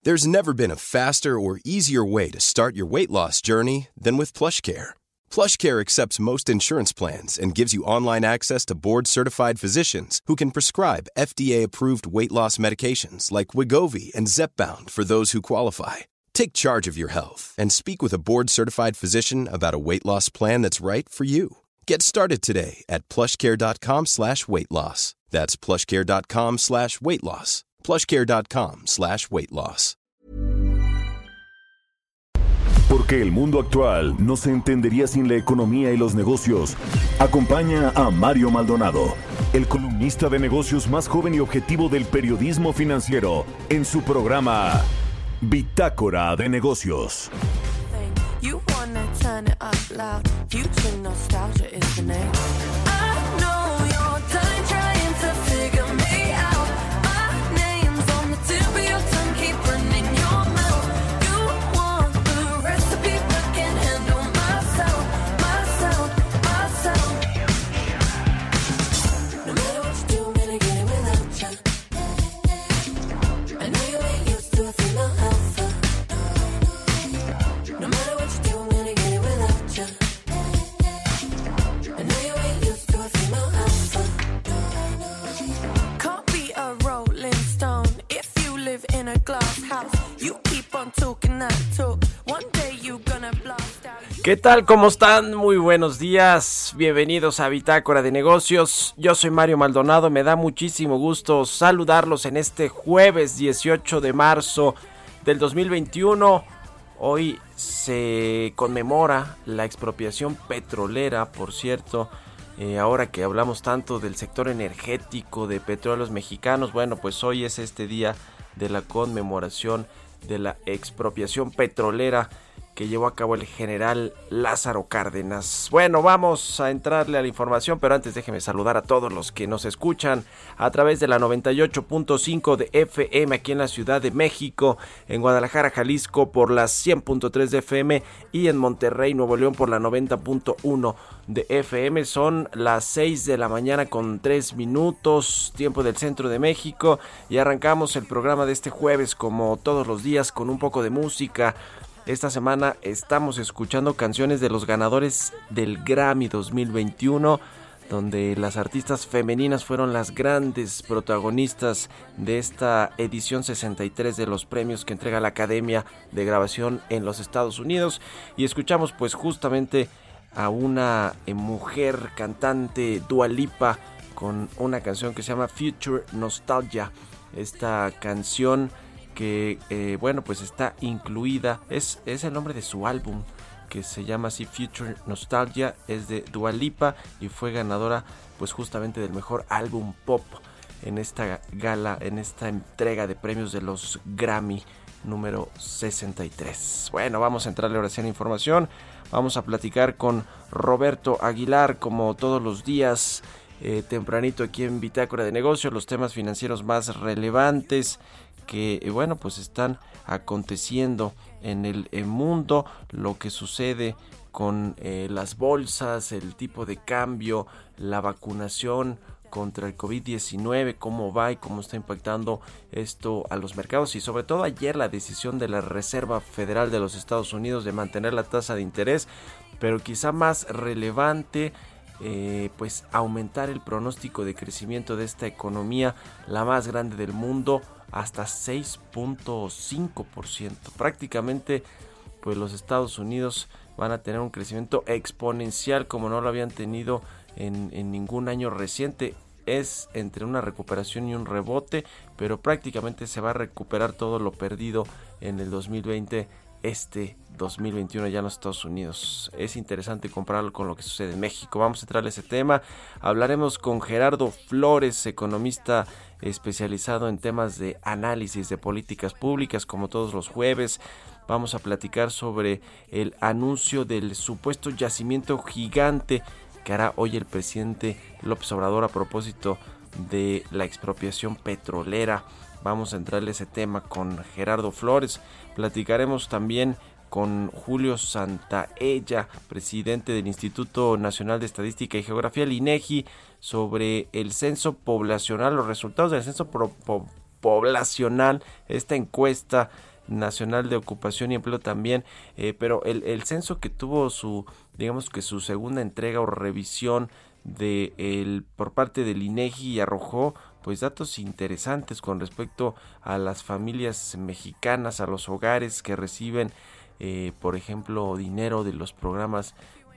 There's never been a faster or easier way to start your weight loss journey than with PlushCare. PlushCare accepts most insurance plans and gives you online access to board-certified physicians who can prescribe FDA-approved weight loss medications like Wegovy and Zepbound for those who qualify. Take charge of your health and speak with a board-certified physician about a weight loss plan that's right for you. Get started today at plushcare.com/weight loss. That's plushcare.com/weight loss. plushcare.com/weight loss. Porque el mundo actual no se entendería sin la economía y los negocios. Acompaña a Mario Maldonado, el columnista de negocios más joven y objetivo del periodismo financiero, en su programa Bitácora de Negocios. ¿Qué tal? ¿Cómo están? Muy buenos días. Bienvenidos a Bitácora de Negocios. Yo soy Mario Maldonado. Me da muchísimo gusto saludarlos en este jueves 18 de marzo del 2021. Hoy se conmemora la expropiación petrolera, por cierto. Ahora que hablamos tanto del sector energético de petróleos mexicanos, bueno, pues hoy es este día de la conmemoración de la expropiación petrolera que llevó a cabo el general Lázaro Cárdenas. Bueno, vamos a entrarle a la información, pero antes déjeme saludar a todos los que nos escuchan a través de la 98.5 de FM aquí en la Ciudad de México, en Guadalajara, Jalisco por la 100.3 de FM y en Monterrey, Nuevo León por la 90.1 de FM. Son las 6 de la mañana con 3 minutos, tiempo del centro de México, y arrancamos el programa de este jueves como todos los días con un poco de música. Esta semana estamos escuchando canciones de los ganadores del Grammy 2021, donde las artistas femeninas fueron las grandes protagonistas de esta edición 63 de los premios que entrega la Academia de Grabación en los Estados Unidos. Y escuchamos pues justamente a una mujer cantante, Dua Lipa, con una canción que se llama Future Nostalgia. Esta canción que bueno, pues está incluida, es el nombre de su álbum, que se llama así, Future Nostalgia, es de Dua Lipa y fue ganadora pues justamente del mejor álbum pop en esta gala, en esta entrega de premios de los Grammy número 63. Bueno, vamos a entrarle ahora sí en información. Vamos a platicar con Roberto Aguilar como todos los días, tempranito aquí en Bitácora de Negocios, los temas financieros más relevantes que bueno, pues están aconteciendo en el mundo, lo que sucede con las bolsas, el tipo de cambio, la vacunación contra el COVID-19, cómo va y cómo está impactando esto a los mercados, y sobre todo ayer la decisión de la Reserva Federal de los Estados Unidos de mantener la tasa de interés, pero quizá más relevante, pues aumentar el pronóstico de crecimiento de esta economía, la más grande del mundo, hasta 6.5%. Prácticamente pues los Estados Unidos van a tener un crecimiento exponencial como no lo habían tenido en ningún año reciente. Es entre una recuperación y un rebote, pero prácticamente se va a recuperar todo lo perdido en el 2020, 2021 ya en los Estados Unidos. Es interesante compararlo con lo que sucede en México. Vamos a entrar a ese tema. Hablaremos con Gerardo Flores, economista especializado en temas de análisis de políticas públicas, como todos los jueves. Vamos a platicar sobre el anuncio del supuesto yacimiento gigante que hará hoy el presidente López Obrador a propósito de la expropiación petrolera. Vamos a entrarle a ese tema con Gerardo Flores. Platicaremos también con Julio Santaella, presidente del Instituto Nacional de Estadística y Geografía, el INEGI, sobre el censo poblacional, los resultados del censo poblacional, esta encuesta Nacional de Ocupación y Empleo también, pero el censo que tuvo su segunda entrega o revisión por parte del INEGI arrojó pues datos interesantes con respecto a las familias mexicanas, a los hogares que reciben por ejemplo dinero de los programas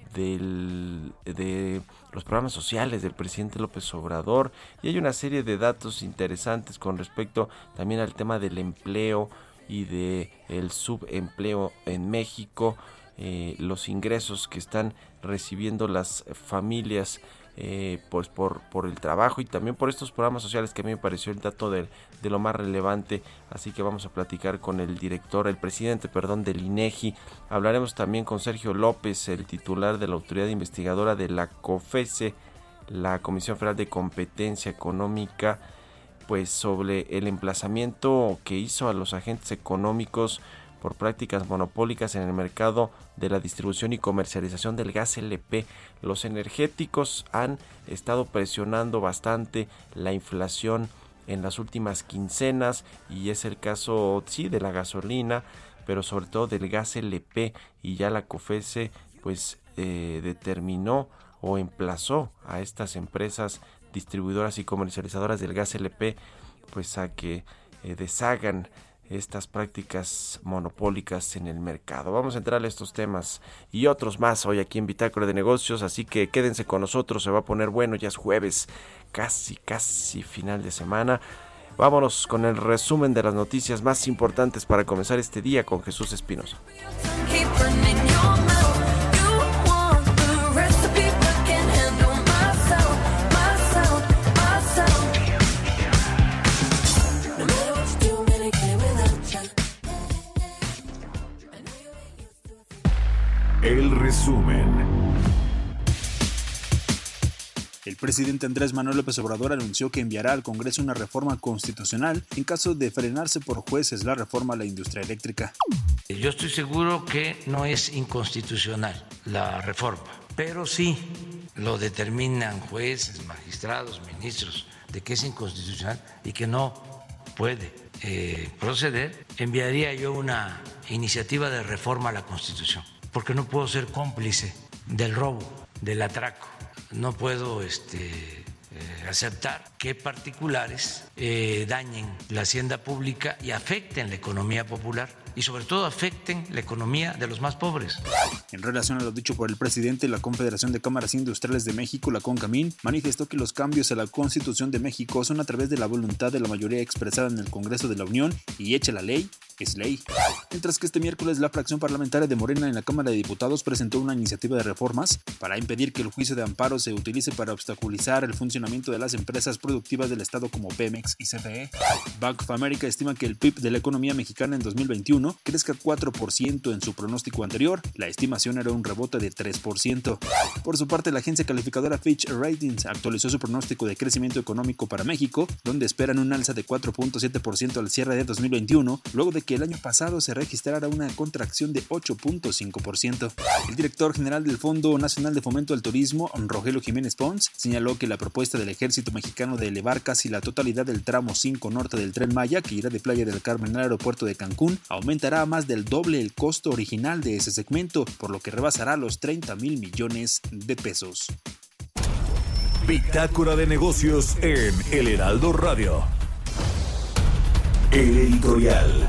de los programas sociales del presidente López Obrador, y hay una serie de datos interesantes con respecto también al tema del empleo y de el subempleo en México, los ingresos que están recibiendo las familias pues por el trabajo y también por estos programas sociales, que a mí me pareció el dato de lo más relevante. Así que vamos a platicar con el presidente del INEGI. Hablaremos también con Sergio López, el titular de la autoridad investigadora de la COFESE, la Comisión Federal de Competencia Económica, pues sobre el emplazamiento que hizo a los agentes económicos por prácticas monopólicas en el mercado de la distribución y comercialización del gas LP. Los energéticos han estado presionando bastante la inflación en las últimas quincenas, y es el caso, sí, de la gasolina, pero sobre todo del gas LP, y ya la COFESE pues determinó o emplazó a estas empresas distribuidoras y comercializadoras del gas LP pues a que deshagan estas prácticas monopólicas en el mercado. Vamos a entrar a estos temas y otros más hoy aquí en Bitácora de Negocios, así que quédense con nosotros, se va a poner bueno, ya es jueves, casi final de semana. Vámonos con el resumen de las noticias más importantes para comenzar este día con Jesús Espinosa. El resumen. El presidente Andrés Manuel López Obrador anunció que enviará al Congreso una reforma constitucional en caso de frenarse por jueces la reforma a la industria eléctrica. Yo estoy seguro que no es inconstitucional la reforma, pero sí lo determinan jueces, magistrados, ministros, de que es inconstitucional y que no puede proceder. Enviaría yo una iniciativa de reforma a la Constitución, porque no puedo ser cómplice del robo, del atraco. No puedo aceptar que particulares dañen la hacienda pública y afecten la economía popular, y sobre todo afecten la economía de los más pobres. En relación a lo dicho por el presidente, la Confederación de Cámaras Industriales de México, la CONCAMIN, manifestó que los cambios a la Constitución de México son a través de la voluntad de la mayoría expresada en el Congreso de la Unión, y hecha la ley, es ley. Mientras que este miércoles la fracción parlamentaria de Morena en la Cámara de Diputados presentó una iniciativa de reformas para impedir que el juicio de amparo se utilice para obstaculizar el funcionamiento de las empresas productivas del Estado como Pemex y CFE. Bank of America estima que el PIB de la economía mexicana en 2021 crezca 4% en su pronóstico anterior. La estimación era un rebote de 3%. Por su parte, la agencia calificadora Fitch Ratings actualizó su pronóstico de crecimiento económico para México, donde esperan un alza de 4.7% al cierre de 2021, luego de que el año pasado se registrara una contracción de 8.5%. El director general del Fondo Nacional de Fomento al Turismo, Rogelio Jiménez Pons, señaló que la propuesta del Ejército Mexicano de elevar casi la totalidad del tramo 5 norte del Tren Maya, que irá de Playa del Carmen al aeropuerto de Cancún, aumentará a más del doble el costo original de ese segmento, por lo que rebasará los 30,000 millones de pesos. Bitácora de Negocios en El Heraldo Radio. El editorial.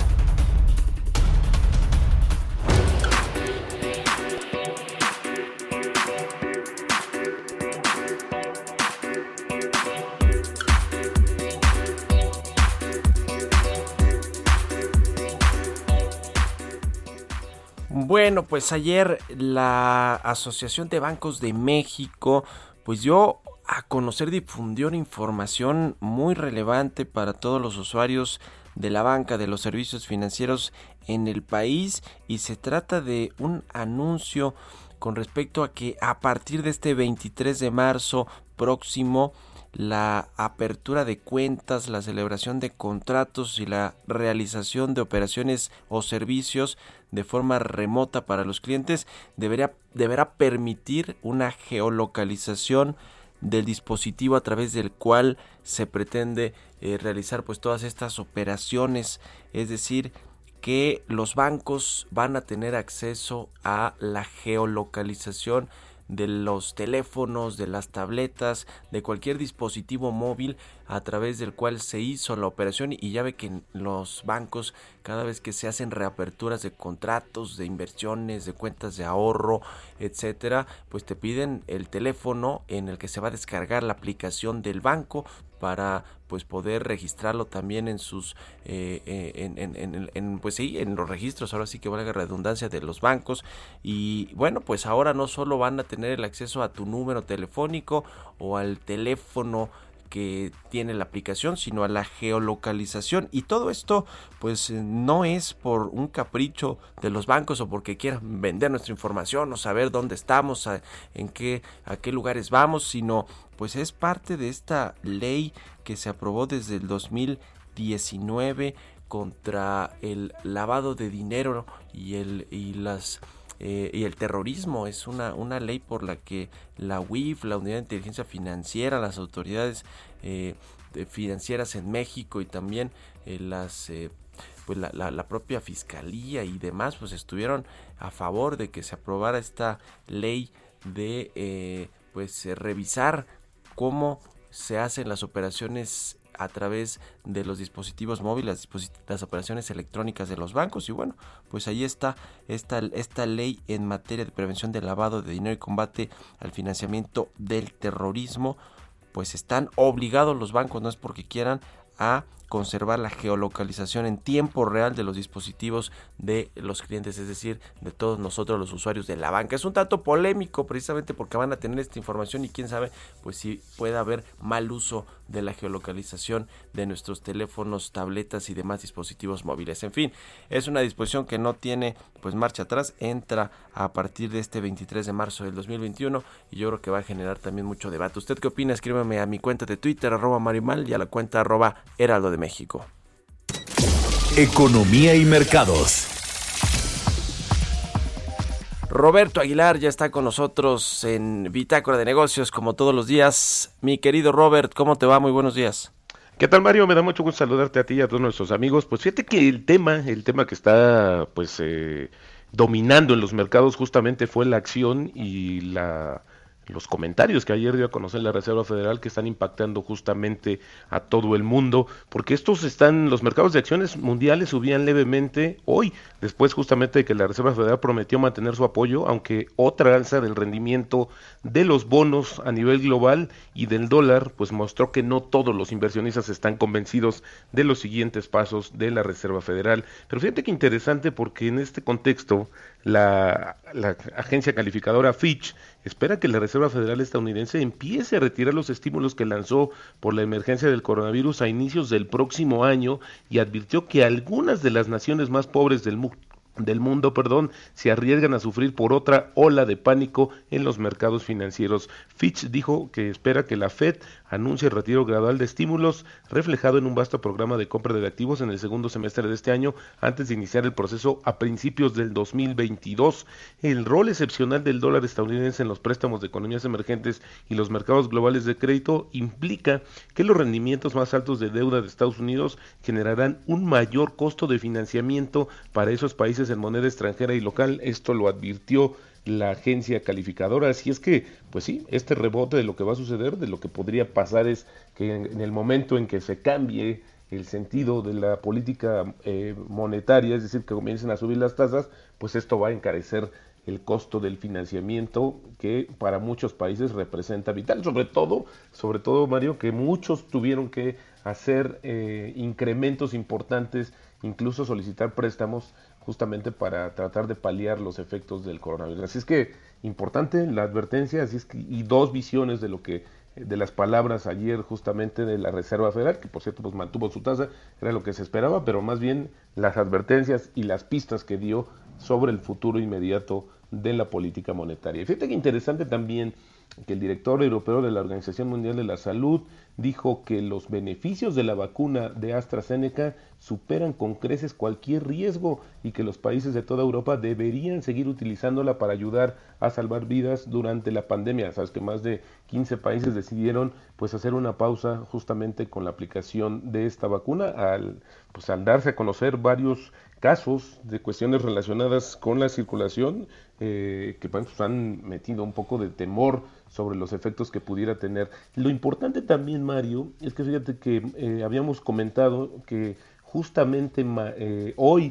Bueno, pues ayer la Asociación de Bancos de México pues dio a conocer, difundió una información muy relevante para todos los usuarios de la banca, de los servicios financieros en el país, y se trata de un anuncio con respecto a que a partir de este 23 de marzo próximo, la apertura de cuentas, la celebración de contratos y la realización de operaciones o servicios de forma remota para los clientes deberá permitir una geolocalización del dispositivo a través del cual se pretende realizar pues todas estas operaciones, es decir, que los bancos van a tener acceso a la geolocalización de los teléfonos, de las tabletas, de cualquier dispositivo móvil a través del cual se hizo la operación. Y ya ve que en los bancos, cada vez que se hacen reaperturas de contratos, de inversiones, de cuentas de ahorro, etcétera, pues te piden el teléfono en el que se va a descargar la aplicación del banco para pues poder registrarlo también en sus pues sí, en los registros, ahora sí que valga redundancia, de los bancos. Y bueno, pues ahora no solo van a tener el acceso a tu número telefónico o al teléfono que tiene la aplicación, sino a la geolocalización. Y todo esto pues no es por un capricho de los bancos o porque quieran vender nuestra información o saber dónde estamos, a qué lugares vamos, sino pues es parte de esta ley que se aprobó desde el 2019 contra el lavado de dinero y el terrorismo. Es una ley por la que la UIF, la Unidad de Inteligencia Financiera, las autoridades financieras en México y también pues la propia Fiscalía y demás pues estuvieron a favor de que se aprobara esta ley de revisar cómo se hacen las operaciones a través de los dispositivos móviles, las operaciones electrónicas de los bancos. Y bueno, pues ahí está esta ley en materia de prevención del lavado de dinero y combate al financiamiento del terrorismo. Pues están obligados los bancos, no es porque quieran, a conservar la geolocalización en tiempo real de los dispositivos de los clientes, es decir, de todos nosotros los usuarios de la banca. Es un tanto polémico precisamente porque van a tener esta información y quién sabe pues si puede haber mal uso de la geolocalización de nuestros teléfonos, tabletas y demás dispositivos móviles. En fin, es una disposición que no tiene pues marcha atrás, entra a partir de este 23 de marzo del 2021 y yo creo que va a generar también mucho debate. ¿Usted qué opina? Escríbame a mi cuenta de Twitter @marimal y a la cuenta @Heraldo de México. Economía y mercados. Roberto Aguilar ya está con nosotros en Bitácora de Negocios, como todos los días. Mi querido Robert, ¿cómo te va? Muy buenos días. ¿Qué tal, Mario? Me da mucho gusto saludarte a ti y a todos nuestros amigos. Pues fíjate que el tema que está dominando en los mercados justamente fue la acción y los comentarios que ayer dio a conocer la Reserva Federal, que están impactando justamente a todo el mundo, porque los mercados de acciones mundiales subían levemente hoy, después justamente de que la Reserva Federal prometió mantener su apoyo, aunque otra alza del rendimiento de los bonos a nivel global y del dólar, pues mostró que no todos los inversionistas están convencidos de los siguientes pasos de la Reserva Federal. Pero fíjate que interesante, porque en este contexto la agencia calificadora Fitch espera que la Reserva Federal estadounidense empiece a retirar los estímulos que lanzó por la emergencia del coronavirus a inicios del próximo año y advirtió que algunas de las naciones más pobres del mundo se arriesgan a sufrir por otra ola de pánico en los mercados financieros. Fitch dijo que espera que la Fed anuncie el retiro gradual de estímulos reflejado en un vasto programa de compra de activos en el segundo semestre de este año, antes de iniciar el proceso a principios del 2022. El rol excepcional del dólar estadounidense en los préstamos de economías emergentes y los mercados globales de crédito implica que los rendimientos más altos de deuda de Estados Unidos generarán un mayor costo de financiamiento para esos países en moneda extranjera y local. Esto lo advirtió la agencia calificadora. Así es que, pues sí, este rebote de lo que va a suceder, de lo que podría pasar, es que en el momento en que se cambie el sentido de la política monetaria, es decir, que comiencen a subir las tasas, pues esto va a encarecer el costo del financiamiento, que para muchos países representa vital, sobre todo, Mario, que muchos tuvieron que hacer incrementos importantes, incluso solicitar préstamos justamente para tratar de paliar los efectos del coronavirus. Así es que importante la advertencia, y dos visiones de las palabras ayer justamente de la Reserva Federal, que por cierto pues mantuvo su tasa, era lo que se esperaba, pero más bien las advertencias y las pistas que dio sobre el futuro inmediato de la política monetaria. Y fíjate que interesante también que el director europeo de la Organización Mundial de la Salud dijo que los beneficios de la vacuna de AstraZeneca superan con creces cualquier riesgo y que los países de toda Europa deberían seguir utilizándola para ayudar a salvar vidas durante la pandemia. Sabes que más de 15 países decidieron pues hacer una pausa justamente con la aplicación de esta vacuna al darse a conocer varios casos de cuestiones relacionadas con la circulación que pues, han metido un poco de temor sobre los efectos que pudiera tener. Lo importante también, Mario, es que fíjate que habíamos comentado que justamente hoy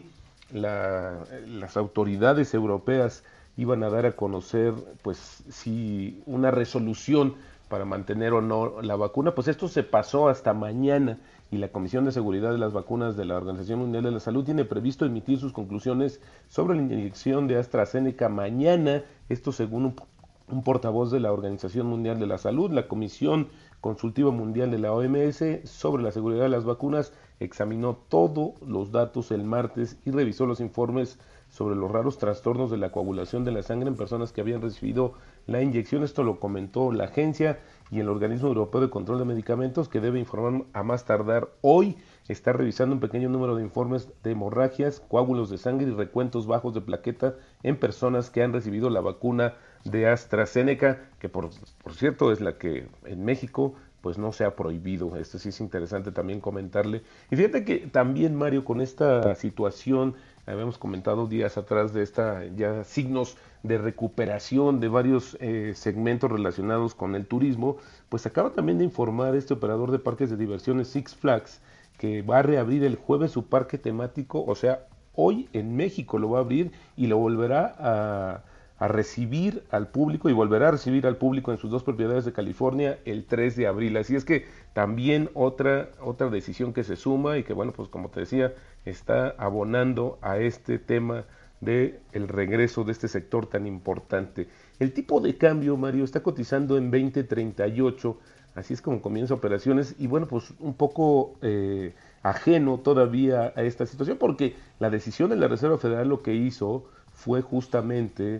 las autoridades europeas iban a dar a conocer pues si una resolución para mantener o no la vacuna, pues esto se pasó hasta mañana y la Comisión de Seguridad de las Vacunas de la Organización Mundial de la Salud tiene previsto emitir sus conclusiones sobre la inyección de AstraZeneca mañana, esto según un portavoz de la Organización Mundial de la Salud. La Comisión Consultiva Mundial de la OMS sobre la seguridad de las vacunas examinó todos los datos el martes y revisó los informes sobre los raros trastornos de la coagulación de la sangre en personas que habían recibido la inyección. Esto lo comentó la agencia y el Organismo Europeo de Control de Medicamentos, que debe informar a más tardar hoy. Está revisando un pequeño número de informes de hemorragias, coágulos de sangre y recuentos bajos de plaqueta en personas que han recibido la vacuna de AstraZeneca, que por cierto es la que en México pues no se ha prohibido. Esto sí es interesante también comentarle. Y fíjate que también, Mario, con esta situación, habíamos comentado días atrás de esta ya signos de recuperación de varios segmentos relacionados con el turismo, pues acaba también de informar este operador de parques de diversiones Six Flags que va a reabrir el jueves su parque temático, o sea, hoy en México lo va a abrir y lo volverá a recibir al público y volverá a recibir al público en sus dos propiedades de California el 3 de abril. Así es que también otra decisión que se suma y que, bueno, pues como te decía, está abonando a este tema de el regreso de este sector tan importante. El tipo de cambio, Mario, está cotizando en 20.38, así es como comienza operaciones y, bueno, pues un poco ajeno todavía a esta situación, porque la decisión de la Reserva Federal lo que hizo fue justamente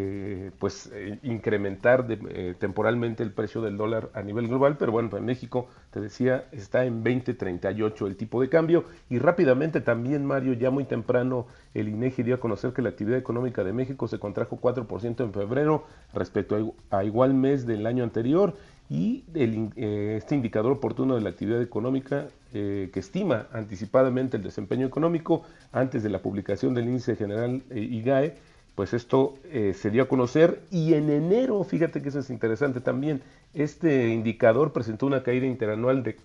incrementar temporalmente el precio del dólar a nivel global, pero bueno, en México, te decía, está en 20.38 el tipo de cambio. Y rápidamente también, Mario, ya muy temprano el INEGI dio a conocer que la actividad económica de México se contrajo 4% en febrero respecto a igual mes del año anterior, y este indicador oportuno de la actividad económica que estima anticipadamente el desempeño económico antes de la publicación del índice general IGAE, pues esto se dio a conocer, y en enero, fíjate que eso es interesante también, este indicador presentó una caída interanual de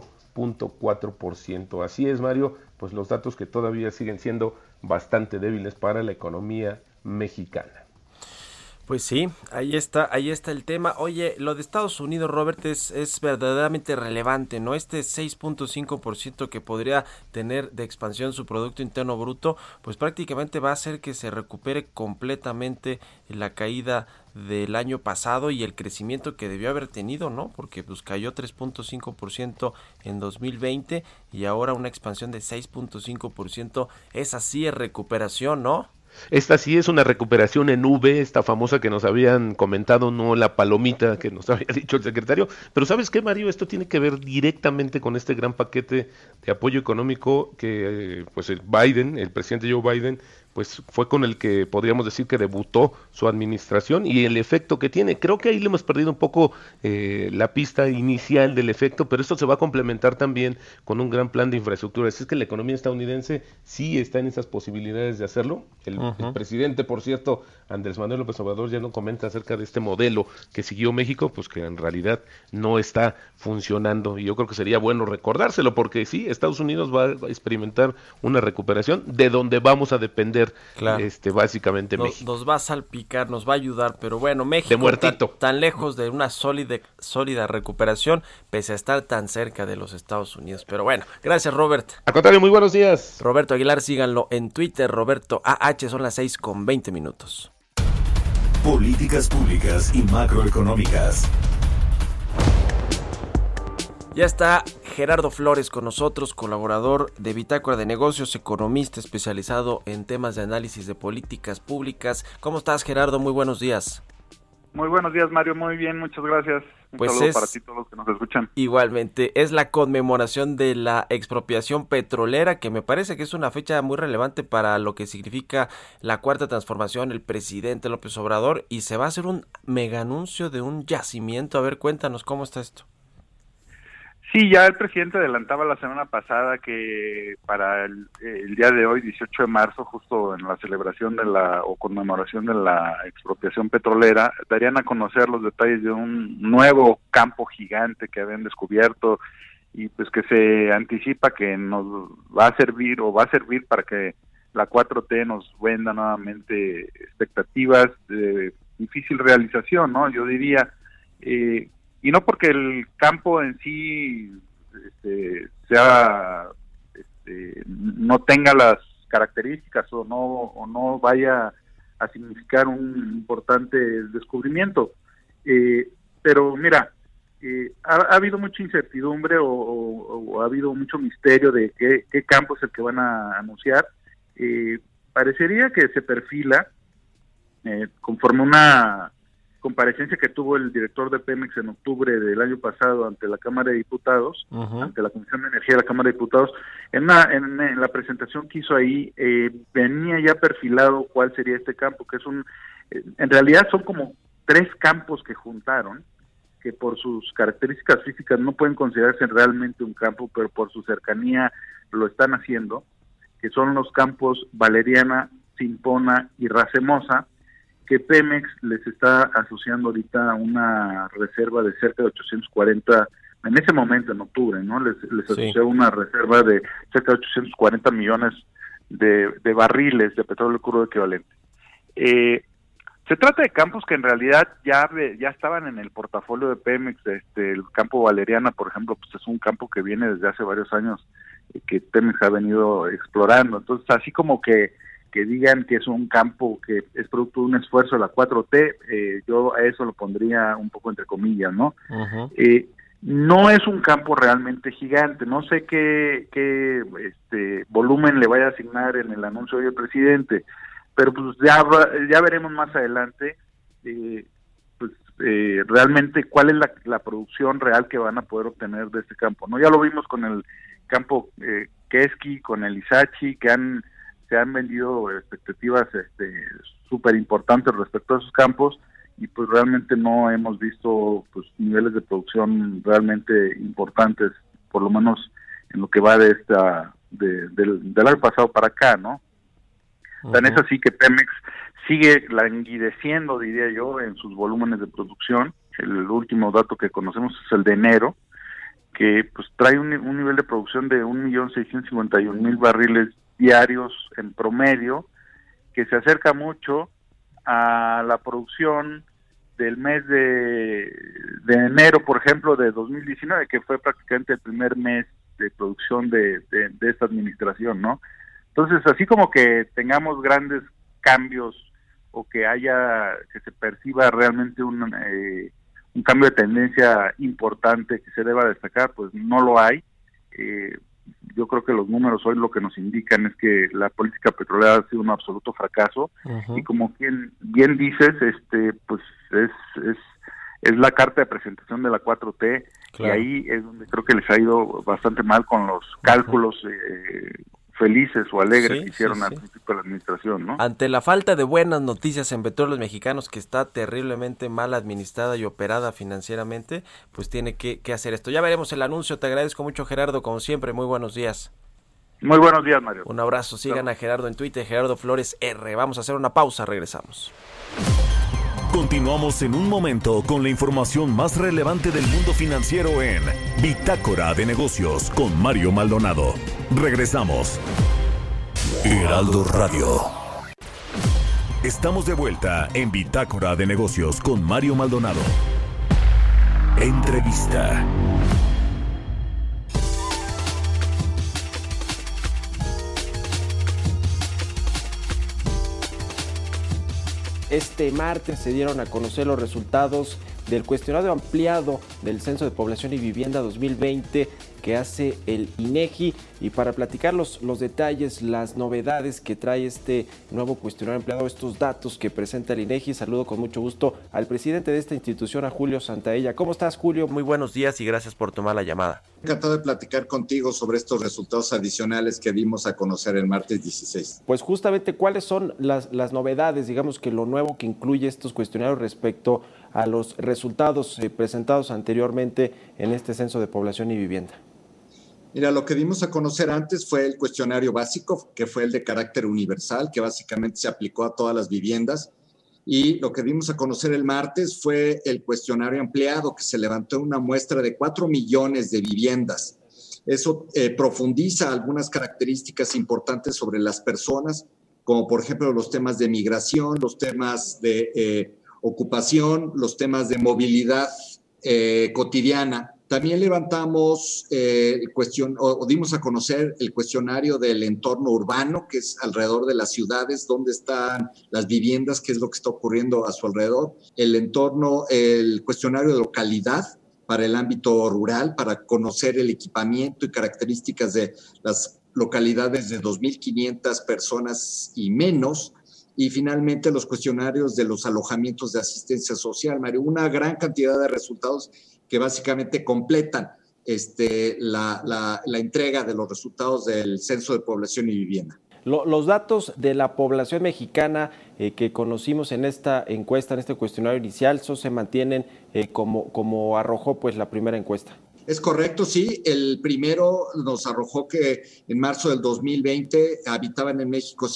4.4%. Así es, Mario, pues los datos que todavía siguen siendo bastante débiles para la economía mexicana. Pues sí, ahí está el tema. Oye, lo de Estados Unidos, Robert, es verdaderamente relevante, ¿no? Este 6.5% que podría tener de expansión su Producto Interno Bruto, pues prácticamente va a hacer que se recupere completamente la caída del año pasado y el crecimiento que debió haber tenido, ¿no? Porque pues cayó 3.5% en 2020 y ahora una expansión de 6.5%. Esa sí es recuperación, ¿no? Esta sí es una recuperación en V, esta famosa que nos habían comentado, no la palomita que nos había dicho el secretario. Pero ¿sabes qué, Mario? Esto tiene que ver directamente con este gran paquete de apoyo económico que pues el presidente Joe Biden, pues fue con el que podríamos decir que debutó su administración, y el efecto que tiene. Creo que ahí le hemos perdido un poco la pista inicial del efecto, pero esto se va a complementar también con un gran plan de infraestructura. Así es que la economía estadounidense sí está en esas posibilidades de hacerlo. El presidente, por cierto, Andrés Manuel López Obrador, ya no comenta acerca de este modelo que siguió México, pues que en realidad no está funcionando, y yo creo que sería bueno recordárselo, porque sí, Estados Unidos va a experimentar una recuperación de donde vamos a depender. Claro. Básicamente México. Nos va a salpicar, nos va a ayudar, pero bueno, México tan lejos de una sólida recuperación, pese a estar tan cerca de los Estados Unidos. Pero bueno, gracias, Robert. Al contrario, muy buenos días. Roberto Aguilar, síganlo en Twitter, Roberto AH, son las 6:20. Políticas públicas y macroeconómicas. Ya está Gerardo Flores con nosotros, colaborador de Bitácora de Negocios, economista especializado en temas de análisis de políticas públicas. ¿Cómo estás, Gerardo? Muy buenos días. Muy buenos días, Mario. Muy bien, muchas gracias. Un saludo para ti, todos los que nos escuchan. Igualmente, es la conmemoración de la expropiación petrolera, que me parece que es una fecha muy relevante para lo que significa la Cuarta Transformación, el presidente López Obrador, y se va a hacer un mega anuncio de un yacimiento. A ver, cuéntanos cómo está esto. Sí, ya el presidente adelantaba la semana pasada que para el día de hoy, 18 de marzo, justo en la celebración o conmemoración de la expropiación petrolera, darían a conocer los detalles de un nuevo campo gigante que habían descubierto y pues que se anticipa que nos va a servir para que la 4T nos venda nuevamente expectativas de difícil realización, ¿no? Yo diría, y no porque el campo en sí no tenga las características o no vaya a significar un importante descubrimiento, pero mira, ha habido mucha incertidumbre o ha habido mucho misterio de qué campo es el que van a anunciar. Parecería que se perfila conforme una comparecencia que tuvo el director de Pemex en octubre del año pasado ante la Cámara de Diputados, ante la Comisión de Energía de la Cámara de Diputados. En la presentación que hizo ahí, venía ya perfilado cuál sería este campo, que es en realidad son como 3 campos que juntaron, que por sus características físicas no pueden considerarse realmente un campo, pero por su cercanía lo están haciendo, que son los campos Valeriana, Simpona y Racemosa, que Pemex les está asociando ahorita una reserva de cerca de 840, en ese momento, en octubre, ¿no? Les asoció una reserva de cerca de 840 millones de barriles de petróleo crudo equivalente. Se trata de campos que en realidad ya estaban en el portafolio de Pemex. El campo Valeriana, por ejemplo, pues es un campo que viene desde hace varios años, que Pemex ha venido explorando. Entonces, así como que digan que es un campo que es producto de un esfuerzo de la 4T, yo a eso lo pondría un poco entre comillas, ¿no? No es un campo realmente gigante, no sé qué volumen le vaya a asignar en el anuncio del presidente, pero pues ya veremos más adelante realmente cuál es la producción real que van a poder obtener de este campo, ¿no? Ya lo vimos con el campo Quesqui, con el Ixachi, que se han vendido expectativas súper importantes respecto a esos campos, y pues realmente no hemos visto pues niveles de producción realmente importantes, por lo menos en lo que va del año pasado para acá, ¿no? Tan es así que Pemex sigue languideciendo, diría yo, en sus volúmenes de producción. El último dato que conocemos es el de enero, que pues trae un nivel de producción de 1.651.000 barriles diarios en promedio, que se acerca mucho a la producción del mes de enero, por ejemplo, de 2019, que fue prácticamente el primer mes de producción de esta administración, ¿no? Entonces, así como que tengamos grandes cambios o que se perciba realmente un cambio de tendencia importante que se deba destacar, pues no lo hay. Yo creo que los números hoy lo que nos indican es que la política petrolera ha sido un absoluto fracaso, y como bien dices, pues es la carta de presentación de la 4T, claro. Y ahí es donde creo que les ha ido bastante mal con los cálculos felices o alegres que hicieron al principio de la administración, ¿no? Ante la falta de buenas noticias en Petróleos Mexicanos, que está terriblemente mal administrada y operada financieramente, pues tiene que hacer esto. Ya veremos el anuncio. Te agradezco mucho, Gerardo, como siempre. Muy buenos días. Muy buenos días, Mario. Un abrazo. Sigan a Gerardo en Twitter, Gerardo Flores R. Vamos a hacer una pausa, regresamos. Continuamos en un momento con la información más relevante del mundo financiero en Bitácora de Negocios con Mario Maldonado. Regresamos. Heraldo Radio. Estamos de vuelta en Bitácora de Negocios con Mario Maldonado. Entrevista. Este martes se dieron a conocer los resultados del cuestionario ampliado del Censo de Población y Vivienda 2020, que hace el INEGI. Y para platicar los detalles, las novedades que trae este nuevo cuestionario empleado, estos datos que presenta el INEGI, saludo con mucho gusto al presidente de esta institución, a Julio Santaella. ¿Cómo estás, Julio? Muy buenos días y gracias por tomar la llamada. Encantado de platicar contigo sobre estos resultados adicionales que dimos a conocer el martes 16. Pues justamente, ¿cuáles son las novedades, digamos que lo nuevo que incluye estos cuestionarios respecto a los resultados presentados anteriormente en este censo de población y vivienda? Mira, lo que dimos a conocer antes fue el cuestionario básico, que fue el de carácter universal, que básicamente se aplicó a todas las viviendas. Y lo que dimos a conocer el martes fue el cuestionario ampliado, que se levantó una muestra de 4 millones de viviendas. Eso profundiza algunas características importantes sobre las personas, como por ejemplo los temas de migración, los temas de ocupación, los temas de movilidad cotidiana. También levantamos dimos a conocer el cuestionario del entorno urbano, que es alrededor de las ciudades, dónde están las viviendas, qué es lo que está ocurriendo a su alrededor. El cuestionario de localidad para el ámbito rural, para conocer el equipamiento y características de las localidades de 2.500 personas y menos. Y finalmente los cuestionarios de los alojamientos de asistencia social, Mario. Una gran cantidad de resultados que básicamente completan la entrega de los resultados del Censo de Población y Vivienda. Los datos de la población mexicana que conocimos en esta encuesta, en este cuestionario inicial, ¿eso se mantienen como arrojó pues la primera encuesta? Es correcto, sí. El primero nos arrojó que en marzo del 2020 habitaban en México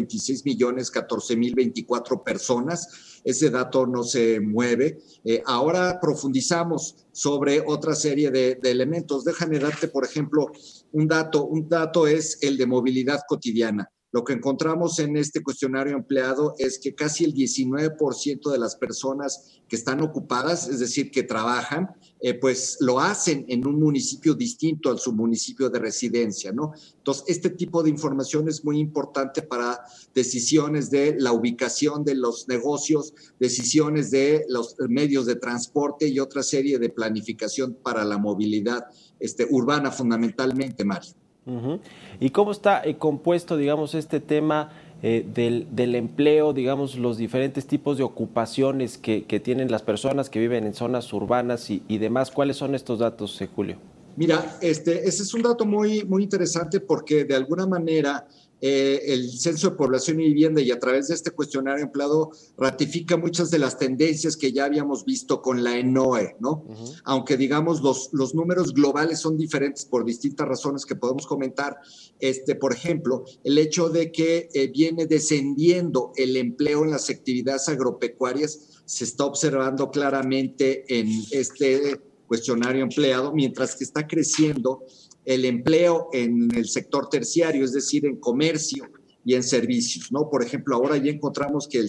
126.014.024 personas. Ese dato no se mueve. Ahora profundizamos sobre otra serie de elementos. Déjame darte, por ejemplo, un dato. Un dato es el de movilidad cotidiana. Lo que encontramos en este cuestionario empleado es que casi el 19% de las personas que están ocupadas, es decir, que trabajan, pues lo hacen en un municipio distinto al su municipio de residencia, ¿no? Entonces, este tipo de información es muy importante para decisiones de la ubicación de los negocios, decisiones de los medios de transporte y otra serie de planificación para la movilidad urbana fundamentalmente, Mario. Uh-huh. ¿Y cómo está compuesto, digamos, este tema del empleo, digamos, los diferentes tipos de ocupaciones que tienen las personas que viven en zonas urbanas y demás? ¿Cuáles son estos datos, Julio? Mira, ese es un dato muy, muy interesante porque de alguna manera el Censo de Población y Vivienda y a través de este cuestionario empleado ratifica muchas de las tendencias que ya habíamos visto con la ENOE, ¿no? Uh-huh. Aunque digamos los números globales son diferentes por distintas razones que podemos comentar. Por ejemplo, el hecho de que viene descendiendo el empleo en las actividades agropecuarias se está observando claramente en este cuestionario empleado, mientras que está creciendo el empleo en el sector terciario, es decir, en comercio y en servicios, ¿no? Por ejemplo, ahora ya encontramos que el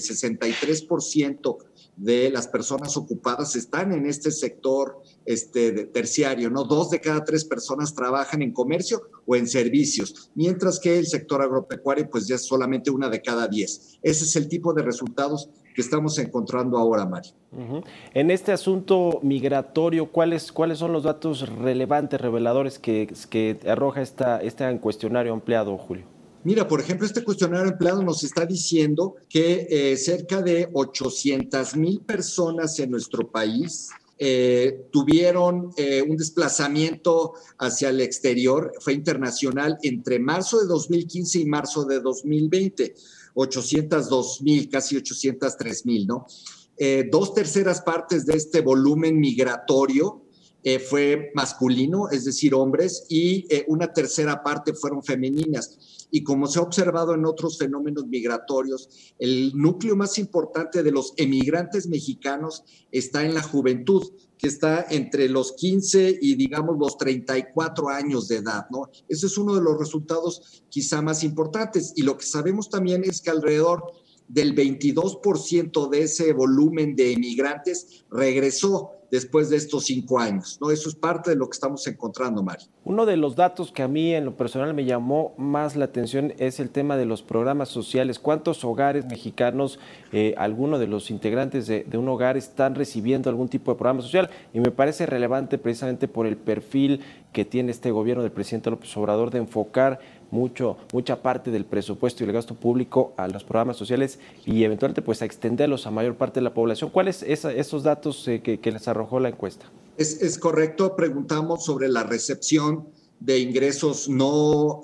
63% de las personas ocupadas están en este sector terciario, ¿no? 2 de cada 3 personas trabajan en comercio o en servicios, mientras que el sector agropecuario pues ya es solamente 1 de cada 10. Ese es el tipo de resultados que estamos encontrando ahora, Mario. Uh-huh. En este asunto migratorio, ¿cuáles son los datos relevantes, reveladores que arroja este cuestionario ampliado, Julio? Mira, por ejemplo, este cuestionario empleado nos está diciendo que cerca de 800,000 personas en nuestro país tuvieron un desplazamiento hacia el exterior, fue internacional, entre marzo de 2015 y marzo de 2020. 802,000, casi 803,000, ¿no? 2/3 partes de este volumen migratorio fue masculino, es decir, hombres, y 1/3 parte fueron femeninas. Y como se ha observado en otros fenómenos migratorios, el núcleo más importante de los emigrantes mexicanos está en la juventud, que está entre los 15 y, digamos, los 34 años de edad, ¿no? Ese es uno de los resultados quizá más importantes. Y lo que sabemos también es que alrededor del 22% de ese volumen de emigrantes regresó después de estos 5 años, ¿no? Eso es parte de lo que estamos encontrando, Mario. Uno de los datos que a mí en lo personal me llamó más la atención es el tema de los programas sociales. ¿Cuántos hogares mexicanos, alguno de los integrantes de un hogar están recibiendo algún tipo de programa social? Y me parece relevante precisamente por el perfil que tiene este gobierno del presidente López Obrador de enfocar mucha parte del presupuesto y el gasto público a los programas sociales y eventualmente pues a extenderlos a mayor parte de la población. ¿Cuáles esos datos que les arrojó la encuesta? Es correcto, preguntamos sobre la recepción de ingresos no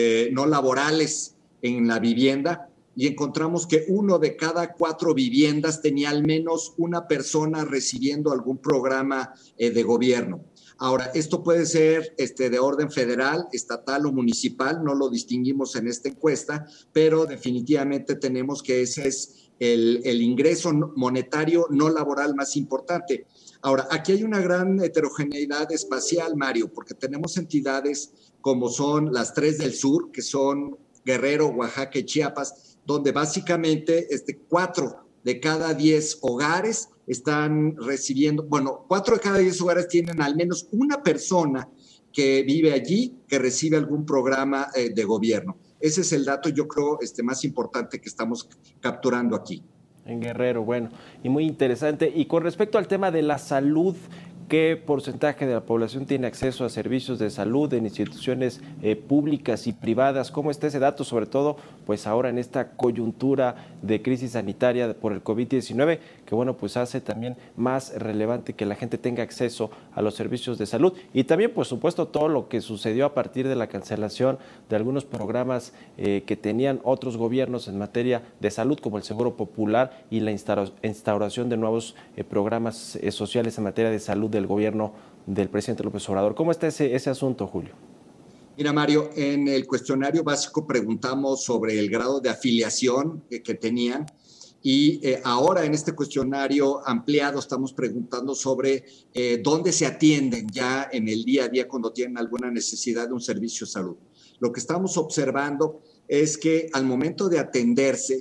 laborales en la vivienda y encontramos que 1 de cada 4 viviendas tenía al menos una persona recibiendo algún programa de gobierno. Ahora, esto puede ser de orden federal, estatal o municipal, no lo distinguimos en esta encuesta, pero definitivamente tenemos que ese es el ingreso monetario no laboral más importante. Ahora, aquí hay una gran heterogeneidad espacial, Mario, porque tenemos entidades como son las 3 del sur, que son Guerrero, Oaxaca y Chiapas, donde básicamente 4 de cada 10 hogares están recibiendo, 4 de cada 10 hogares tienen al menos una persona que vive allí, que recibe algún programa de gobierno. Ese es el dato, yo creo, más importante que estamos capturando aquí. En Guerrero, bueno, y muy interesante. Y con respecto al tema de la salud, ¿qué porcentaje de la población tiene acceso a servicios de salud en instituciones públicas y privadas? ¿Cómo está ese dato? Sobre todo, pues ahora en esta coyuntura de crisis sanitaria por el COVID-19, que bueno, pues hace también más relevante que la gente tenga acceso a los servicios de salud. Y también, por supuesto, todo lo que sucedió a partir de la cancelación de algunos programas que tenían otros gobiernos en materia de salud, como el Seguro Popular y la instauración de nuevos programas sociales en materia de salud del gobierno del presidente López Obrador. ¿Cómo está ese asunto, Julio? Mira, Mario, en el cuestionario básico preguntamos sobre el grado de afiliación que tenían y ahora en este cuestionario ampliado estamos preguntando sobre dónde se atienden ya en el día a día cuando tienen alguna necesidad de un servicio de salud. Lo que estamos observando es que al momento de atenderse,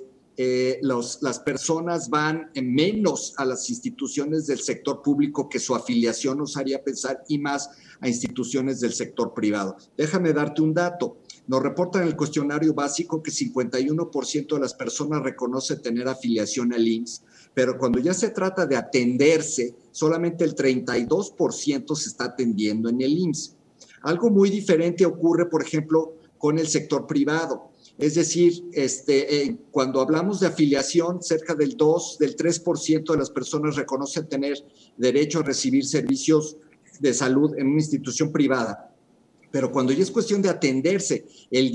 las personas van menos a las instituciones del sector público, que su afiliación nos haría pensar, y más a instituciones del sector privado. Déjame darte un dato. Nos reportan en el cuestionario básico que 51% de las personas reconoce tener afiliación al IMSS, pero cuando ya se trata de atenderse, solamente el 32% se está atendiendo en el IMSS. Algo muy diferente ocurre, por ejemplo, con el sector privado. Es decir, cuando hablamos de afiliación, cerca del 3% de las personas reconocen tener derecho a recibir servicios de salud en una institución privada. Pero cuando ya es cuestión de atenderse, el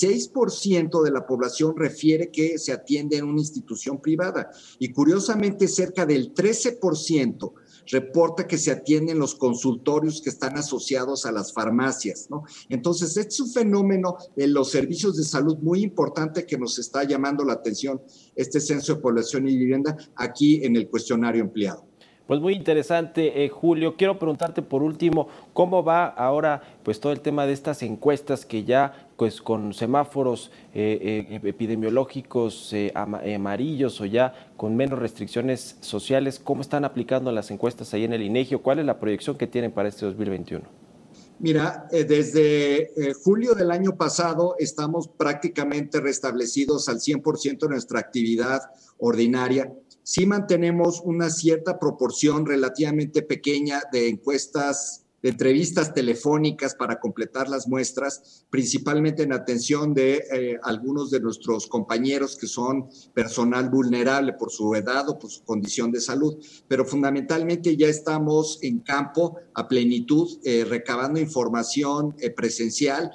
16% de la población refiere que se atiende en una institución privada. Y curiosamente, cerca del 13% reporta que se atienden los consultorios que están asociados a las farmacias, ¿no? Entonces, este es un fenómeno de los servicios de salud muy importante que nos está llamando la atención este censo de población y vivienda aquí en el cuestionario ampliado. Pues muy interesante, Julio. Quiero preguntarte por último, ¿cómo va ahora pues todo el tema de estas encuestas que ya pues con semáforos epidemiológicos amarillos o ya con menos restricciones sociales, cómo están aplicando las encuestas ahí en el INEGI? ¿Cuál es la proyección que tienen para este 2021? Mira, desde julio del año pasado estamos prácticamente restablecidos al 100% de nuestra actividad ordinaria. Sí mantenemos una cierta proporción relativamente pequeña de encuestas, de entrevistas telefónicas para completar las muestras, principalmente en atención de algunos de nuestros compañeros que son personal vulnerable por su edad o por su condición de salud. Pero fundamentalmente ya estamos en campo a plenitud, recabando información presencial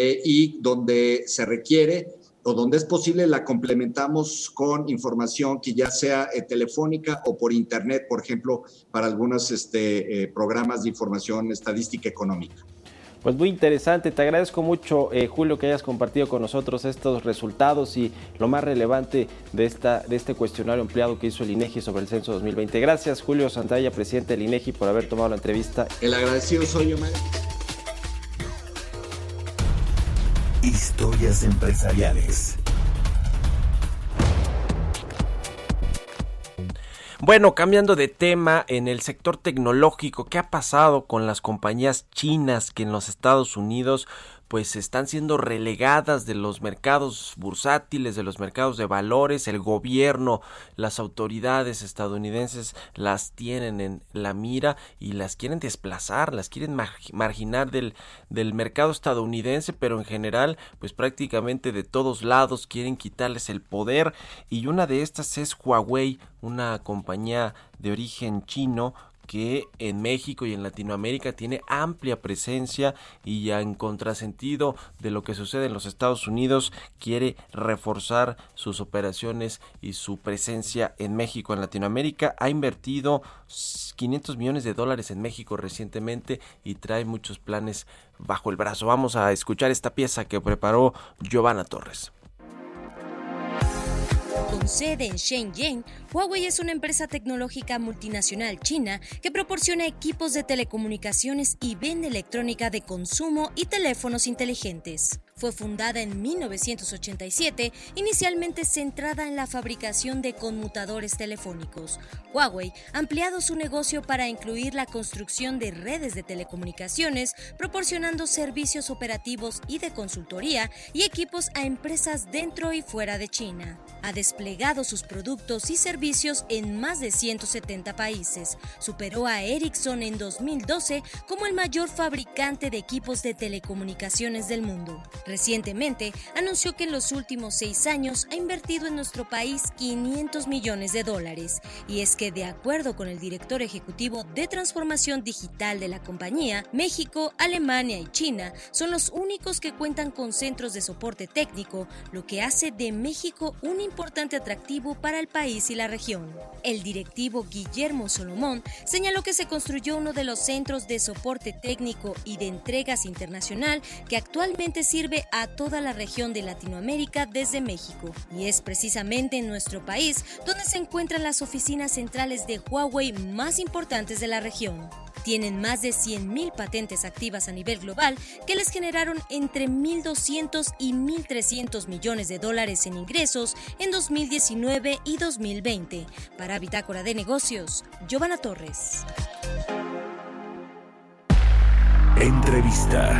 y donde se requiere o donde es posible la complementamos con información que ya sea telefónica o por internet, por ejemplo, para algunos programas de información estadística económica. Pues muy interesante, te agradezco mucho, Julio, que hayas compartido con nosotros estos resultados y lo más relevante de este cuestionario ampliado que hizo el INEGI sobre el censo 2020. Gracias, Julio Santalla, presidente del INEGI, por haber tomado la entrevista. El agradecido soy yo, Mario. Historias empresariales. Bueno, cambiando de tema, en el sector tecnológico, ¿qué ha pasado con las compañías chinas que en los Estados Unidos pues están siendo relegadas de los mercados bursátiles, de los mercados de valores? El gobierno, las autoridades estadounidenses las tienen en la mira y las quieren desplazar, las quieren marginar del mercado estadounidense, pero en general, pues prácticamente de todos lados quieren quitarles el poder, y una de estas es Huawei, una compañía de origen chino que en México y en Latinoamérica tiene amplia presencia, y ya en contrasentido de lo que sucede en los Estados Unidos, quiere reforzar sus operaciones y su presencia en México, en Latinoamérica. Ha invertido $500 millones en México recientemente y trae muchos planes bajo el brazo. Vamos a escuchar esta pieza que preparó Giovanna Torres. Con sede en Shenzhen, Huawei es una empresa tecnológica multinacional china que proporciona equipos de telecomunicaciones y vende electrónica de consumo y teléfonos inteligentes. Fue fundada en 1987, inicialmente centrada en la fabricación de conmutadores telefónicos. Huawei ha ampliado su negocio para incluir la construcción de redes de telecomunicaciones, proporcionando servicios operativos y de consultoría y equipos a empresas dentro y fuera de China. Ha desplegado sus productos y servicios en más de 170 países. Superó a Ericsson en 2012 como el mayor fabricante de equipos de telecomunicaciones del mundo. Recientemente anunció que en los últimos 6 años ha invertido en nuestro país $500 millones. Y es que, de acuerdo con el director ejecutivo de transformación digital de la compañía, México, Alemania y China son los únicos que cuentan con centros de soporte técnico, lo que hace de México un importante atractivo para el país y la región. El directivo Guillermo Solomón señaló que se construyó uno de los centros de soporte técnico y de entregas internacional que actualmente sirve a toda la región de Latinoamérica desde México. Y es precisamente en nuestro país donde se encuentran las oficinas centrales de Huawei más importantes de la región. Tienen más de 100,000 patentes activas a nivel global que les generaron entre 1.200 y 1.300 millones de dólares en ingresos en 2019 y 2020. Para Bitácora de Negocios, Giovanna Torres. Entrevista.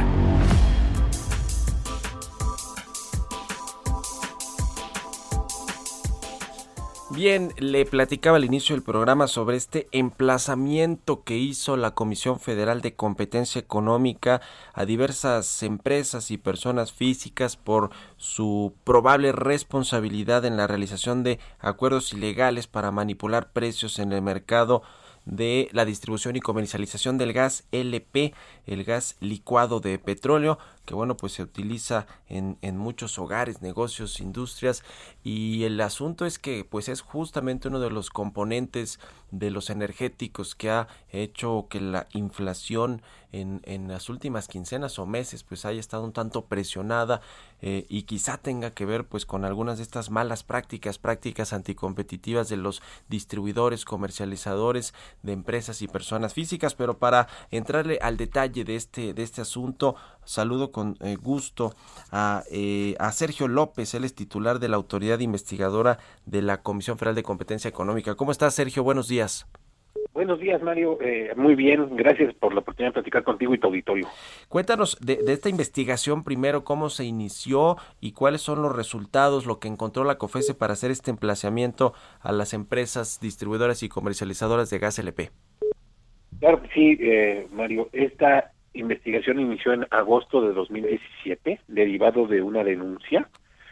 Bien, le platicaba al inicio del programa sobre este emplazamiento que hizo la Comisión Federal de Competencia Económica a diversas empresas y personas físicas por su probable responsabilidad en la realización de acuerdos ilegales para manipular precios en el mercado de la distribución y comercialización del gas LP, el gas licuado de petróleo, que bueno, pues se utiliza en muchos hogares, negocios, industrias, y el asunto es que pues es justamente uno de los componentes de los energéticos que ha hecho que la inflación en las últimas quincenas o meses pues haya estado un tanto presionada, y quizá tenga que ver pues con algunas de estas malas prácticas anticompetitivas de los distribuidores, comercializadores de empresas y personas físicas. Pero para entrarle al detalle de este asunto, saludo con gusto a Sergio López. Él es titular de la Autoridad Investigadora de la Comisión Federal de Competencia Económica. ¿Cómo estás, Sergio? Buenos días. Buenos días, Mario. Muy bien, gracias por la oportunidad de platicar contigo y tu auditorio. Cuéntanos de esta investigación primero, cómo se inició y cuáles son los resultados, lo que encontró la COFECE para hacer este emplazamiento a las empresas distribuidoras y comercializadoras de gas LP. Claro que sí, Mario. Esta investigación inició en agosto de 2017, derivado de una denuncia,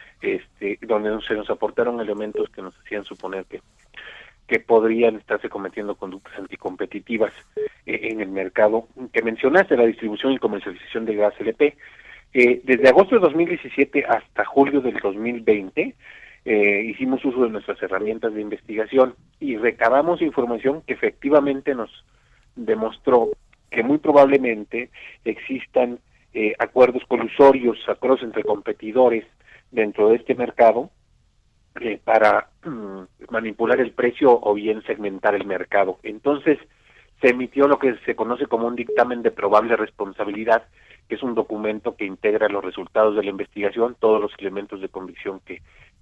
donde se nos aportaron elementos que nos hacían suponer que podrían estarse cometiendo conductas anticompetitivas en el mercado que mencionaste, la distribución y comercialización de gas LP. Desde agosto de 2017 hasta julio del 2020 hicimos uso de nuestras herramientas de investigación y recabamos información que efectivamente nos demostró que muy probablemente existan acuerdos colusorios, acuerdos entre competidores dentro de este mercado para manipular el precio o bien segmentar el mercado. Entonces se emitió lo que se conoce como un dictamen de probable responsabilidad, que es un documento que integra los resultados de la investigación, todos los elementos de convicción que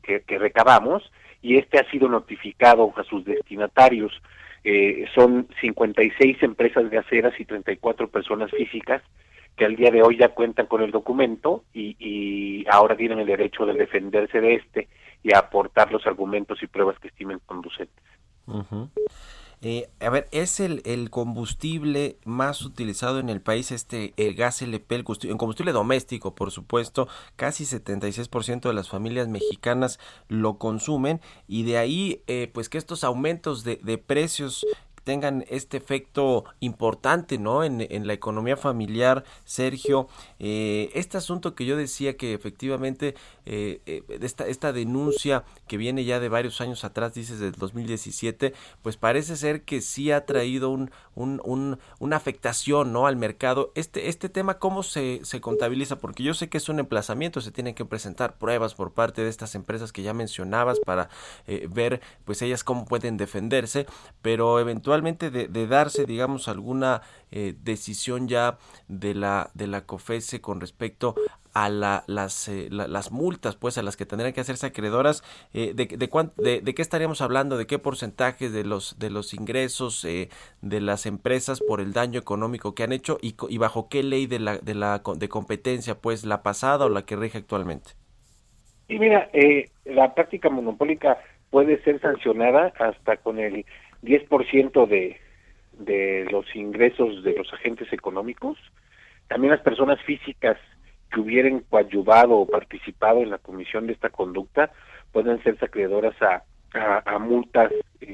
que recabamos, y este ha sido notificado a sus destinatarios. Son 56 empresas gaseras y 34 personas físicas que al día de hoy ya cuentan con el documento y ahora tienen el derecho de defenderse de y a aportar los argumentos y pruebas que estimen conducentes. Uh-huh. A ver, ¿es el combustible más utilizado en el país el gas LP, el combustible doméstico, por supuesto? Casi 76% de las familias mexicanas lo consumen, y de ahí pues que estos aumentos de precios tengan este efecto importante, ¿no? En la economía familiar, Sergio. Este asunto que yo decía que efectivamente esta denuncia que viene ya de varios años atrás, dices del 2017, pues parece ser que sí ha traído una afectación, ¿no?, al mercado. Este tema, ¿cómo se contabiliza? Porque yo sé que es un emplazamiento, se tienen que presentar pruebas por parte de estas empresas que ya mencionabas para ver pues ellas cómo pueden defenderse, pero eventualmente de darse, digamos, alguna decisión ya de la COFECE con respecto a las multas, pues, a las que tendrían que hacerse acreedoras, ¿de qué estaríamos hablando? ¿De qué porcentajes de los ingresos de las empresas por el daño económico que han hecho y bajo qué ley de competencia, pues, la pasada o la que rige actualmente? Y mira, la práctica monopólica puede ser sancionada hasta con el 10% de los ingresos de los agentes económicos. También las personas físicas que hubieran coadyuvado o participado en la comisión de esta conducta pueden ser acreedoras a multas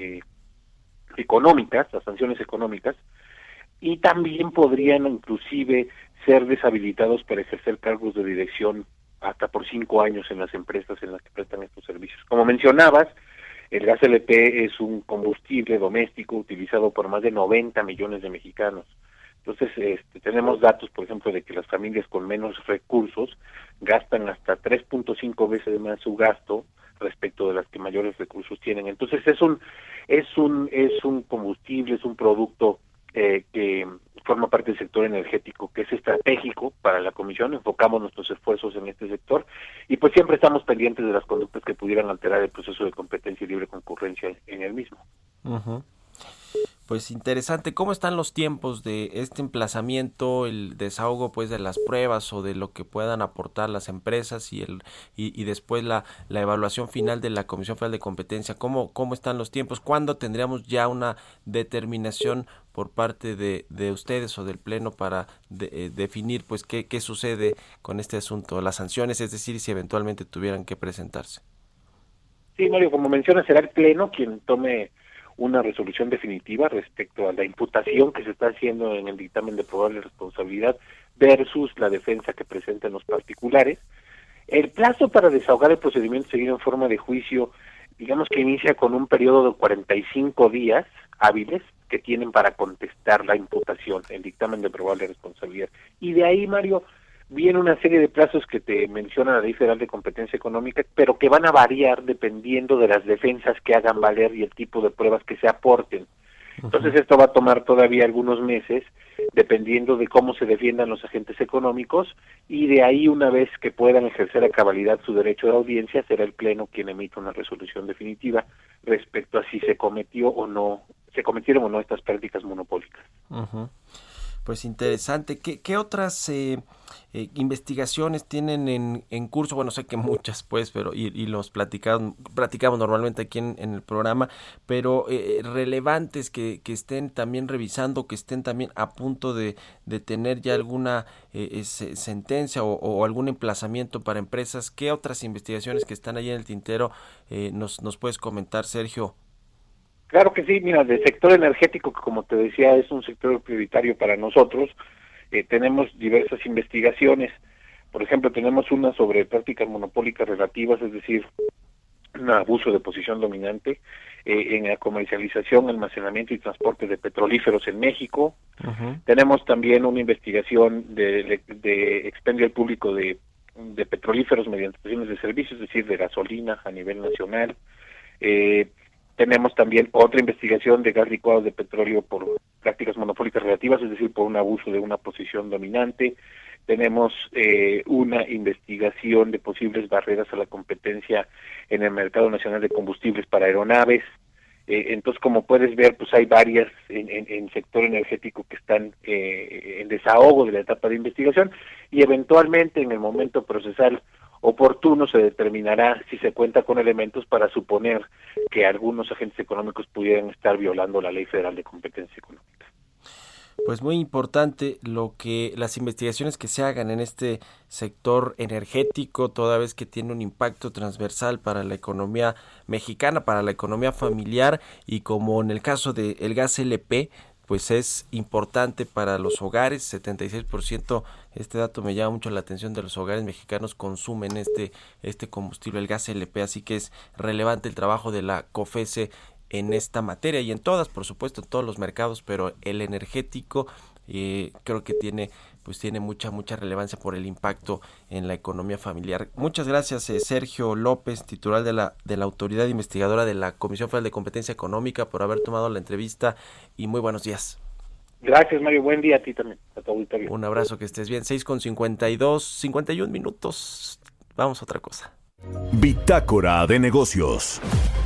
económicas, a sanciones económicas, y también podrían inclusive ser deshabilitados para ejercer cargos de dirección hasta por 5 años en las empresas en las que prestan estos servicios. Como mencionabas, el gas LP es un combustible doméstico utilizado por más de 90 millones de mexicanos. Entonces, tenemos datos, por ejemplo, de que las familias con menos recursos gastan hasta 3.5 veces más su gasto respecto de las que mayores recursos tienen. Entonces, es un combustible, es un producto que forma parte del sector energético, que es estratégico para la Comisión. Enfocamos nuestros esfuerzos en este sector y pues siempre estamos pendientes de las conductas que pudieran alterar el proceso de competencia y libre concurrencia en el mismo. Uh-huh. Pues interesante. ¿Cómo están los tiempos de este emplazamiento, el desahogo pues de las pruebas o de lo que puedan aportar las empresas y después la evaluación final de la Comisión Federal de Competencia? ¿Cómo están los tiempos? ¿Cuándo tendríamos ya una determinación por parte de ustedes o del Pleno para definir pues qué sucede con este asunto, las sanciones, es decir, si eventualmente tuvieran que presentarse? Sí, Mario, como mencionas, será el Pleno quien tome una resolución definitiva respecto a la imputación que se está haciendo en el dictamen de probable responsabilidad versus la defensa que presentan los particulares. El plazo para desahogar el procedimiento seguido en forma de juicio, digamos que inicia con un periodo de 45 días hábiles que tienen para contestar la imputación, el dictamen de probable responsabilidad. Y de ahí, Mario, viene una serie de plazos que te menciona la Ley Federal de Competencia Económica, pero que van a variar dependiendo de las defensas que hagan valer y el tipo de pruebas que se aporten. Entonces esto va a tomar todavía algunos meses, dependiendo de cómo se defiendan los agentes económicos, y de ahí, una vez que puedan ejercer a cabalidad su derecho de audiencia, será el Pleno quien emita una resolución definitiva respecto a si se cometieron o no estas prácticas monopólicas. Uh-huh. Pues interesante. ¿Qué otras investigaciones tienen en curso? Bueno, sé que muchas, pues, pero y los platicamos normalmente aquí en el programa, pero relevantes que estén también revisando, que estén también a punto de tener ya alguna sentencia o algún emplazamiento para empresas. ¿Qué otras investigaciones que están ahí en el tintero nos puedes comentar, Sergio? Claro que sí, mira, del sector energético, que como te decía es un sector prioritario para nosotros, tenemos diversas investigaciones. Por ejemplo, tenemos una sobre prácticas monopólicas relativas, es decir, un abuso de posición dominante en la comercialización, almacenamiento y transporte de petrolíferos en México. Uh-huh. Tenemos también una investigación de expendio al público de petrolíferos mediante estaciones de servicio, es decir, de gasolina a nivel nacional. Tenemos también otra investigación de gas licuado de petróleo por prácticas monopólicas relativas, es decir, por un abuso de una posición dominante. tenemos una investigación de posibles barreras a la competencia en el mercado nacional de combustibles para aeronaves. Entonces, como puedes ver, pues hay varias en el sector energético que están en desahogo de la etapa de investigación, y eventualmente en el momento procesal oportuno se determinará si se cuenta con elementos para suponer que algunos agentes económicos pudieran estar violando la Ley Federal de Competencia Económica. Pues muy importante las investigaciones que se hagan en este sector energético, toda vez que tiene un impacto transversal para la economía mexicana, para la economía familiar, y como en el caso del gas LP, pues es importante para los hogares. 76%, este dato me llama mucho la atención, de los hogares mexicanos consumen este combustible, el gas LP, así que es relevante el trabajo de la COFECE en esta materia y en todas, por supuesto, en todos los mercados, pero el energético creo que tiene mucha relevancia por el impacto en la economía familiar. Muchas gracias, Sergio López, titular de la Autoridad Investigadora de la Comisión Federal de Competencia Económica, por haber tomado la entrevista, y muy buenos días. Gracias, Mario, buen día a ti también, a tu auditorio. Un abrazo, que estés bien. 6:51 minutos, vamos a otra cosa. Bitácora de Negocios.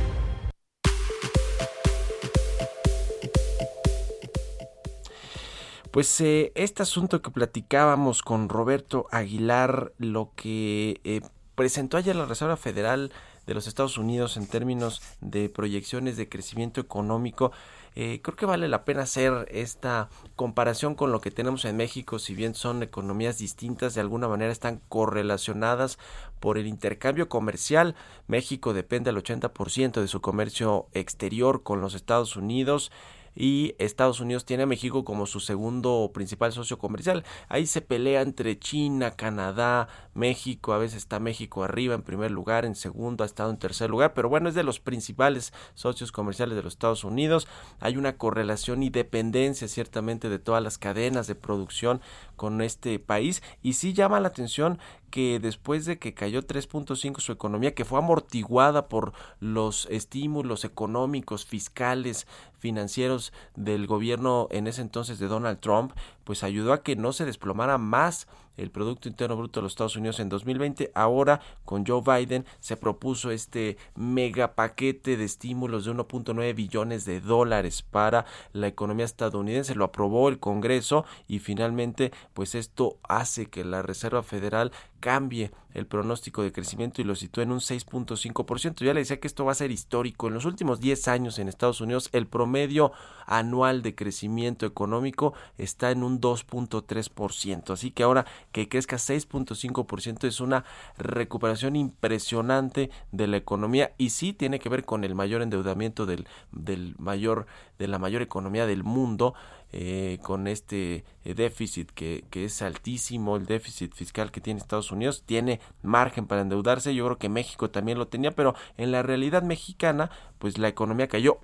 Pues este asunto que platicábamos con Roberto Aguilar, lo que presentó ayer la Reserva Federal de los Estados Unidos en términos de proyecciones de crecimiento económico, creo que vale la pena hacer esta comparación con lo que tenemos en México. Si bien son economías distintas, de alguna manera están correlacionadas por el intercambio comercial. México depende al 80% de su comercio exterior con los Estados Unidos, y Estados Unidos tiene a México como su segundo principal socio comercial. Ahí se pelea entre China, Canadá, México. A veces está México arriba en primer lugar, en segundo ha estado en tercer lugar, pero bueno, es de los principales socios comerciales de los Estados Unidos. Hay una correlación y dependencia ciertamente de todas las cadenas de producción con este país, y sí llama la atención que después de que cayó 3.5 su economía, que fue amortiguada por los estímulos económicos, fiscales, financieros del gobierno en ese entonces de Donald Trump, pues ayudó a que no se desplomara más el Producto Interno Bruto de los Estados Unidos en 2020. Ahora, con Joe Biden, se propuso este mega paquete de estímulos de 1.9 billones de dólares para la economía estadounidense. Lo aprobó el Congreso y finalmente, pues esto hace que la Reserva Federal cambie el pronóstico de crecimiento y lo sitúe en un 6.5%. Ya le decía que esto va a ser histórico. En los últimos 10 años en Estados Unidos, el promedio anual de crecimiento económico está en un 2.3%. Así que ahora que crezca 6.5% es una recuperación impresionante de la economía, y sí tiene que ver con el mayor endeudamiento de la mayor economía del mundo, con este déficit que es altísimo. El déficit fiscal que tiene Estados Unidos tiene margen para endeudarse. Yo creo que México también lo tenía, pero en la realidad mexicana, pues la economía cayó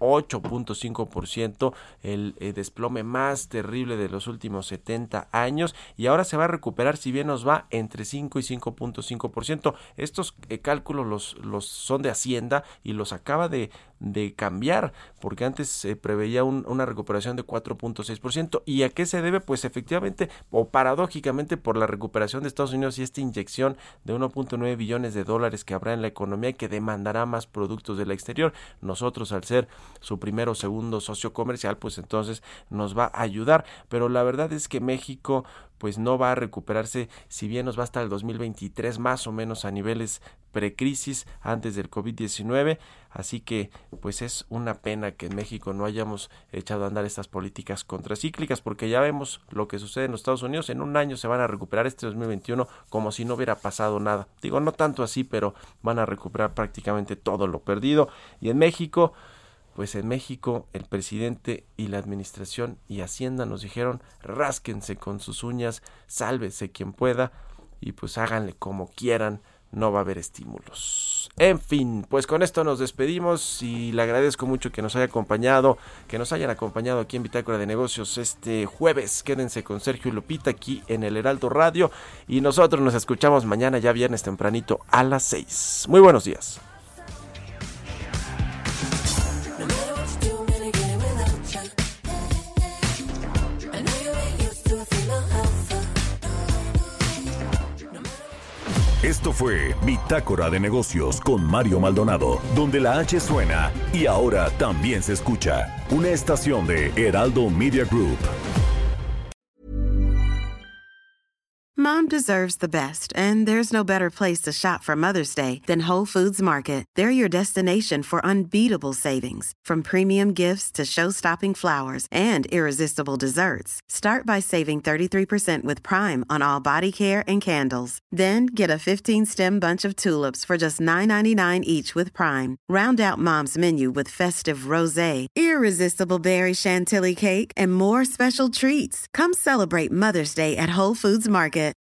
8.5%, el desplome más terrible de los últimos 70 años, y ahora se va a recuperar, si bien nos va, entre 5 y 5.5%. Estos cálculos los son de Hacienda y los acaba de cambiar, porque antes se preveía una recuperación de 4.6%. ¿Y a qué se debe? Pues efectivamente o paradójicamente por la recuperación de Estados Unidos y esta inyección de 1.9 billones de dólares que habrá en la economía y que demandará más productos del exterior. Nosotros, al ser su primero o segundo socio comercial, pues entonces nos va a ayudar, pero la verdad es que México pues no va a recuperarse, si bien nos va hasta el 2023 más o menos a niveles precrisis antes del COVID-19, así que pues es una pena que en México no hayamos echado a andar estas políticas contracíclicas, porque ya vemos lo que sucede en los Estados Unidos. En un año se van a recuperar este 2021 como si no hubiera pasado nada. Digo, no tanto así, pero van a recuperar prácticamente todo lo perdido. Y en México, pues en México el presidente y la administración y Hacienda nos dijeron: rásquense con sus uñas, sálvese quien pueda y pues háganle como quieran, no va a haber estímulos. En fin, pues con esto nos despedimos y le agradezco mucho que nos hayan acompañado aquí en Bitácora de Negocios este jueves. Quédense con Sergio y Lupita aquí en el Heraldo Radio, y nosotros nos escuchamos mañana, ya viernes tempranito a las 6. Muy buenos días. Esto fue Bitácora de Negocios con Mario Maldonado, donde la H suena y ahora también se escucha. Una estación de Heraldo Media Group. Mom deserves the best, and there's no better place to shop for Mother's Day than Whole Foods Market. They're your destination for unbeatable savings, from premium gifts to show-stopping flowers and irresistible desserts. Start by saving 33% with Prime on all body care and candles. Then get a 15-stem bunch of tulips for just $9.99 each with Prime. Round out Mom's menu with festive rosé, irresistible berry chantilly cake, and more special treats. Come celebrate Mother's Day at Whole Foods Market.